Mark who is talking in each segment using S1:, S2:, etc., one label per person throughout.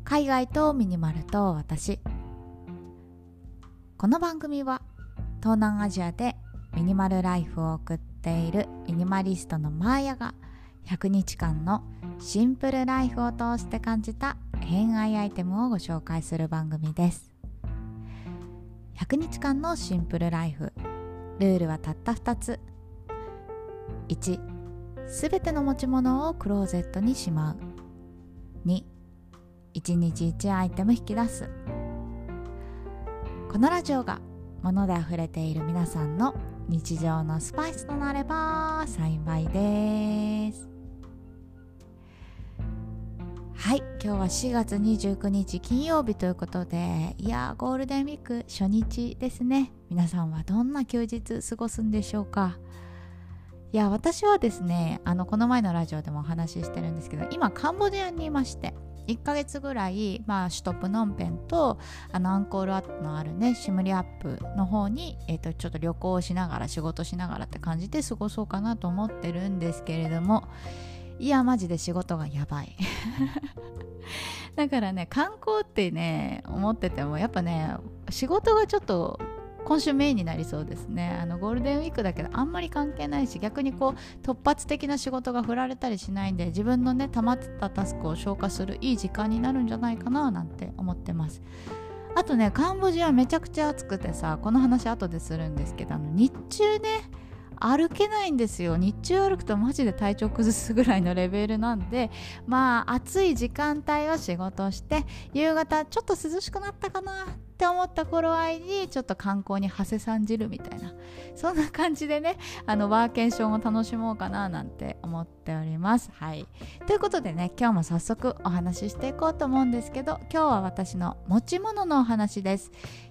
S1: 海外とミニマルと私。この番組は東南アジアでミニマルライフを送っているミニマリストのマーヤが100日間のシンプルライフを通して感じた偏愛アイテムをご紹介する番組です。100日間のシンプルライフ、ルールはたった2つ。1、すべての持ち物をクローゼットにしまう。2、1日1アイテム引き出す。このラジオが物であふれている皆さんの日常のスパイスとなれば幸いです。はい、今日は4月29日金曜日ということで、ゴールデンウィーク初日ですね。皆さんはどんな休日過ごすんでしょうか。私はですね、この前のラジオでもお話ししてるんですけど、今カンボジアにいまして、1ヶ月ぐらい、首都プノンペンとアンコールワットのあるねシムリアップの方に、ちょっと旅行をしながら仕事しながらって感じで過ごそうかなと思ってるんですけれども、マジで仕事がやばいだからね、観光ってね思っててもやっぱね、仕事がちょっと今週メインになりそうですね。ゴールデンウィークだけどあんまり関係ないし、逆に突発的な仕事が振られたりしないんで、自分のね溜まってたタスクを消化するいい時間になるんじゃないかななんて思ってます。あとね、カンボジアめちゃくちゃ暑くてさ、この話後でするんですけど、日中ね歩けないんですよ。日中歩くとマジで体調崩すぐらいのレベルなんで、暑い時間帯は仕事をして、夕方ちょっと涼しくなったかなって思った頃合いにちょっと観光に馳せさんじるみたいな、そんな感じでね、ワーケーションを楽しもうかななんて思っております。はい、ということでね、今日も早速お話ししていこうと思うんですけど、今日は私の持ち物のお話です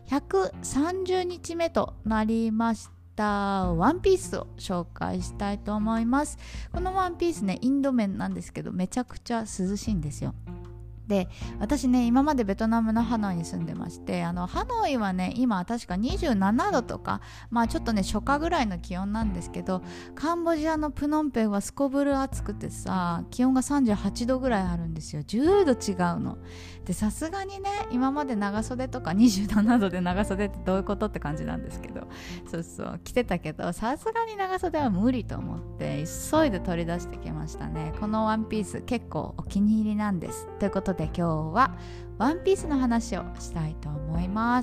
S1: 。130日目となりましたワンピースを紹介したいと思います。このワンピースね、インド麺なんですけど、めちゃくちゃ涼しいんですよ。で、私ね、今までベトナムのハノイに住んでまして、ハノイはね今確か27度とか、ちょっとね初夏ぐらいの気温なんですけど、カンボジアのプノンペンはすこぶる暑くてさ、気温が38度ぐらいあるんですよ。10度違うので、さすがにね、今まで長袖とか27度で長袖ってどういうことって感じなんですけど、そう着てたけど、さすがに長袖は無理と思って急いで取り出してきましたね。このワンピース結構お気に入りなんです。ということで今日はワンピースの話をしたいと思います。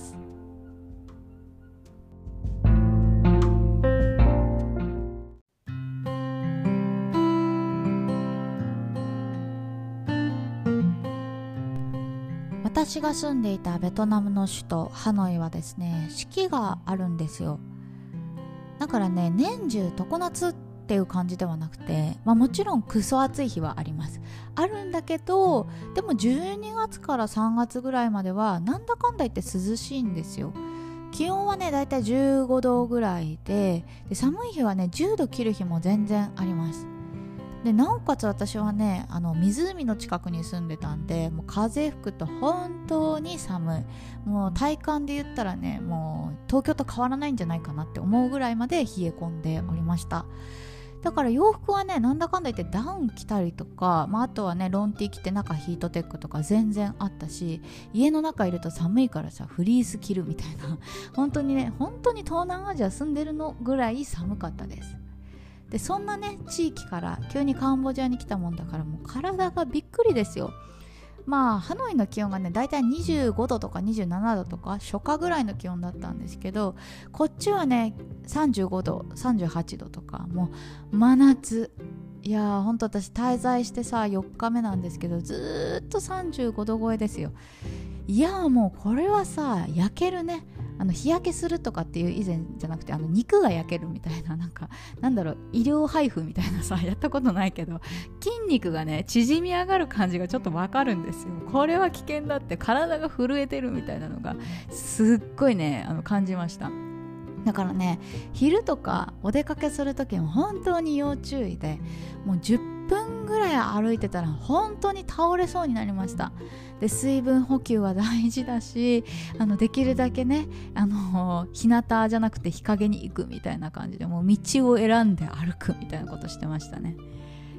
S1: 私が住んでいたベトナムの首都ハノイはですね、四季があるんですよ。だからね、年中常夏っていう感じではなくて、もちろんクソ暑い日はあります。あるんだけど、でも12月から3月ぐらいまではなんだかんだ言って涼しいんですよ。気温はねだいたい15度ぐらいで、寒い日はね10度切る日も全然あります。で、なおかつ私はね湖の近くに住んでたんで、もう風吹くと本当に寒い。もう体感で言ったらね、もう東京と変わらないんじゃないかなって思うぐらいまで冷え込んでおりました。だから洋服はねなんだかんだ言ってダウン着たりとか、あとはねロンティー着て中ヒートテックとか全然あったし、家の中いると寒いからさフリース着るみたいな本当に東南アジア住んでるのぐらい寒かったです。で、そんなね地域から急にカンボジアに来たもんだから、もう体がびっくりですよ。ハノイの気温がねだいたい25度とか27度とか初夏ぐらいの気温だったんですけど、こっちはね35度38度とか、もう真夏。ほんと私滞在してさ4日目なんですけど、ずーっと35度超えですよ。もうこれはさ焼けるね。日焼けするとかっていう以前じゃなくて、肉が焼けるみたいな、医療配布みたいなさ、やったことないけど筋肉がね縮み上がる感じがちょっとわかるんですよ。これは危険だって、体が震えてるみたいなのがすっごいね感じました。だからね、昼とかお出かけするときも本当に要注意で、もう10分ぐらい歩いてたら本当に倒れそうになりました。で、水分補給は大事だし、できるだけね日向じゃなくて日陰に行くみたいな感じで、もう道を選んで歩くみたいなことしてましたね。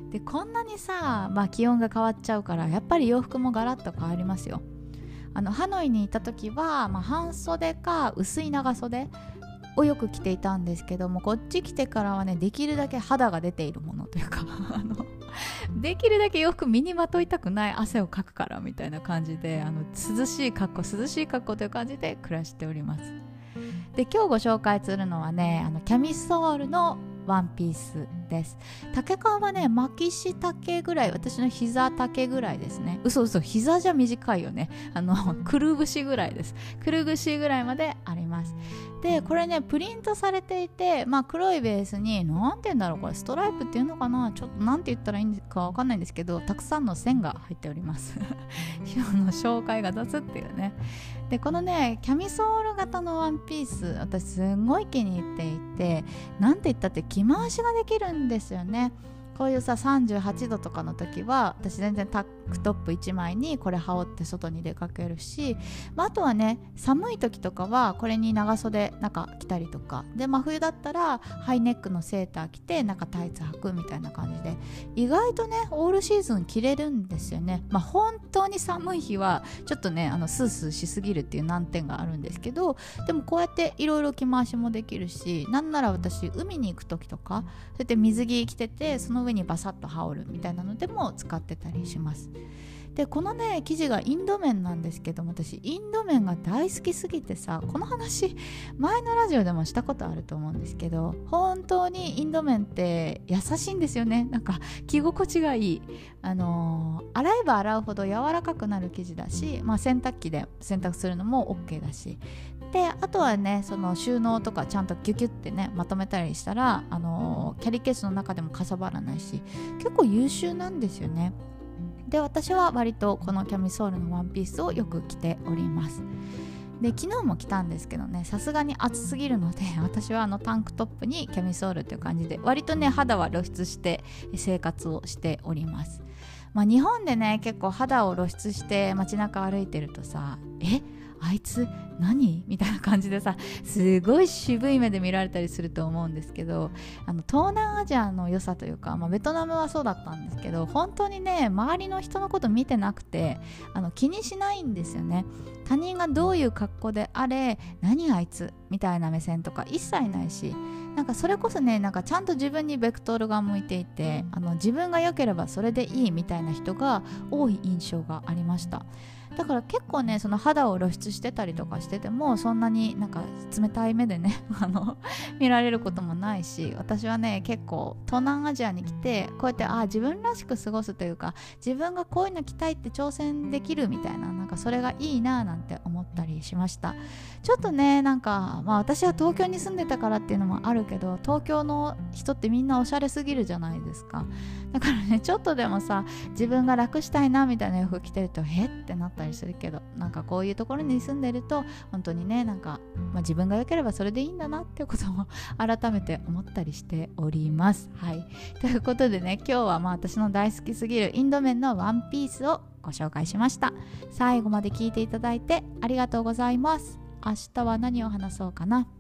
S1: でこんなにさ、気温が変わっちゃうからやっぱり洋服もガラッと変わりますよ。ハノイにいた時は、半袖か薄い長袖をよく着ていたんですけども、こっち来てからはね、できるだけ肌が出ているものというかできるだけ洋服身にまといたくない、汗をかくからみたいな感じで、涼しい格好という感じで暮らしております。で今日ご紹介するのはね、キャミソールのワンピースです。丈感はね、巻き下丈ぐらい、私の膝丈ぐらいですね。嘘膝じゃ短いよね。くるぶしぐらいです。くるぶしぐらいまであります。でこれね、プリントされていて、黒いベースになんて言うんだろう、これストライプっていうのかな、ちょっとなんて言ったらいいんかわかんないんですけど、たくさんの線が入っております紹介が雑っていうね。でこのね、キャミソール型のワンピース、私すごい気に入っていて、なんて言ったって着回しができるんですよね。こういうさ38度とかの時は私全然タンクトップ1枚にこれ羽織って外に出かけるし、あとはね、寒い時とかはこれに長袖中着たりとかで、真冬だったらハイネックのセーター着て中タイツ履くみたいな感じで、意外とねオールシーズン着れるんですよね。本当に寒い日はちょっとねスースーしすぎるっていう難点があるんですけど、でもこうやっていろいろ着回しもできるし、なんなら私海に行く時とかそうやって水着着てて、その上にバサッと羽織るみたいなのでも使ってたりします。でこのね生地がインド麺なんですけども、私インド麺が大好きすぎてさ、この話前のラジオでもしたことあると思うんですけど、本当にインド麺って優しいんですよね。なんか着心地がいい、洗えば洗うほど柔らかくなる生地だし、洗濯機で洗濯するのも OK だし、であとはね、その収納とかちゃんとギュギュってねまとめたりしたら、キャリーケースの中でもかさばらないし、結構優秀なんですよね。で私は割とこのキャミソールのワンピースをよく着ております。で昨日も着たんですけどね、さすがに暑すぎるので、私はタンクトップにキャミソールっていう感じで、割とね肌は露出して生活をしております。日本でね結構肌を露出して街中歩いてるとさ、あいつ何みたいな感じでさ、すごい渋い目で見られたりすると思うんですけど、東南アジアの良さというか、ベトナムはそうだったんですけど、本当にね周りの人のこと見てなくて、気にしないんですよね。他人がどういう格好であれ、何あいつみたいな目線とか一切ないし、なんかそれこそね、なんかちゃんと自分にベクトルが向いていて、自分が良ければそれでいいみたいな人が多い印象がありました。だから結構ね、その肌を露出してたりとかしてても、そんなになんか冷たい目でね見られることもないし、私はね結構東南アジアに来てこうやって自分らしく過ごすというか、自分がこういうの着たいって挑戦できるみたいな、なんかそれがいいななんて思ったりしました。ちょっとね、なんか私は東京に住んでたからっていうのもあるけど、東京の人ってみんなおしゃれすぎるじゃないですか。だからね、ちょっとでもさ自分が楽したいなみたいな洋服着てるとってなったりするけど、なんかこういうところに住んでると本当にね、なんか、自分が良ければそれでいいんだなっていうことも改めて思ったりしております。はい、ということでね、今日は私の大好きすぎるインド麺のワンピースをご紹介しました。最後まで聞いていただいてありがとうございます。明日は何を話そうかな。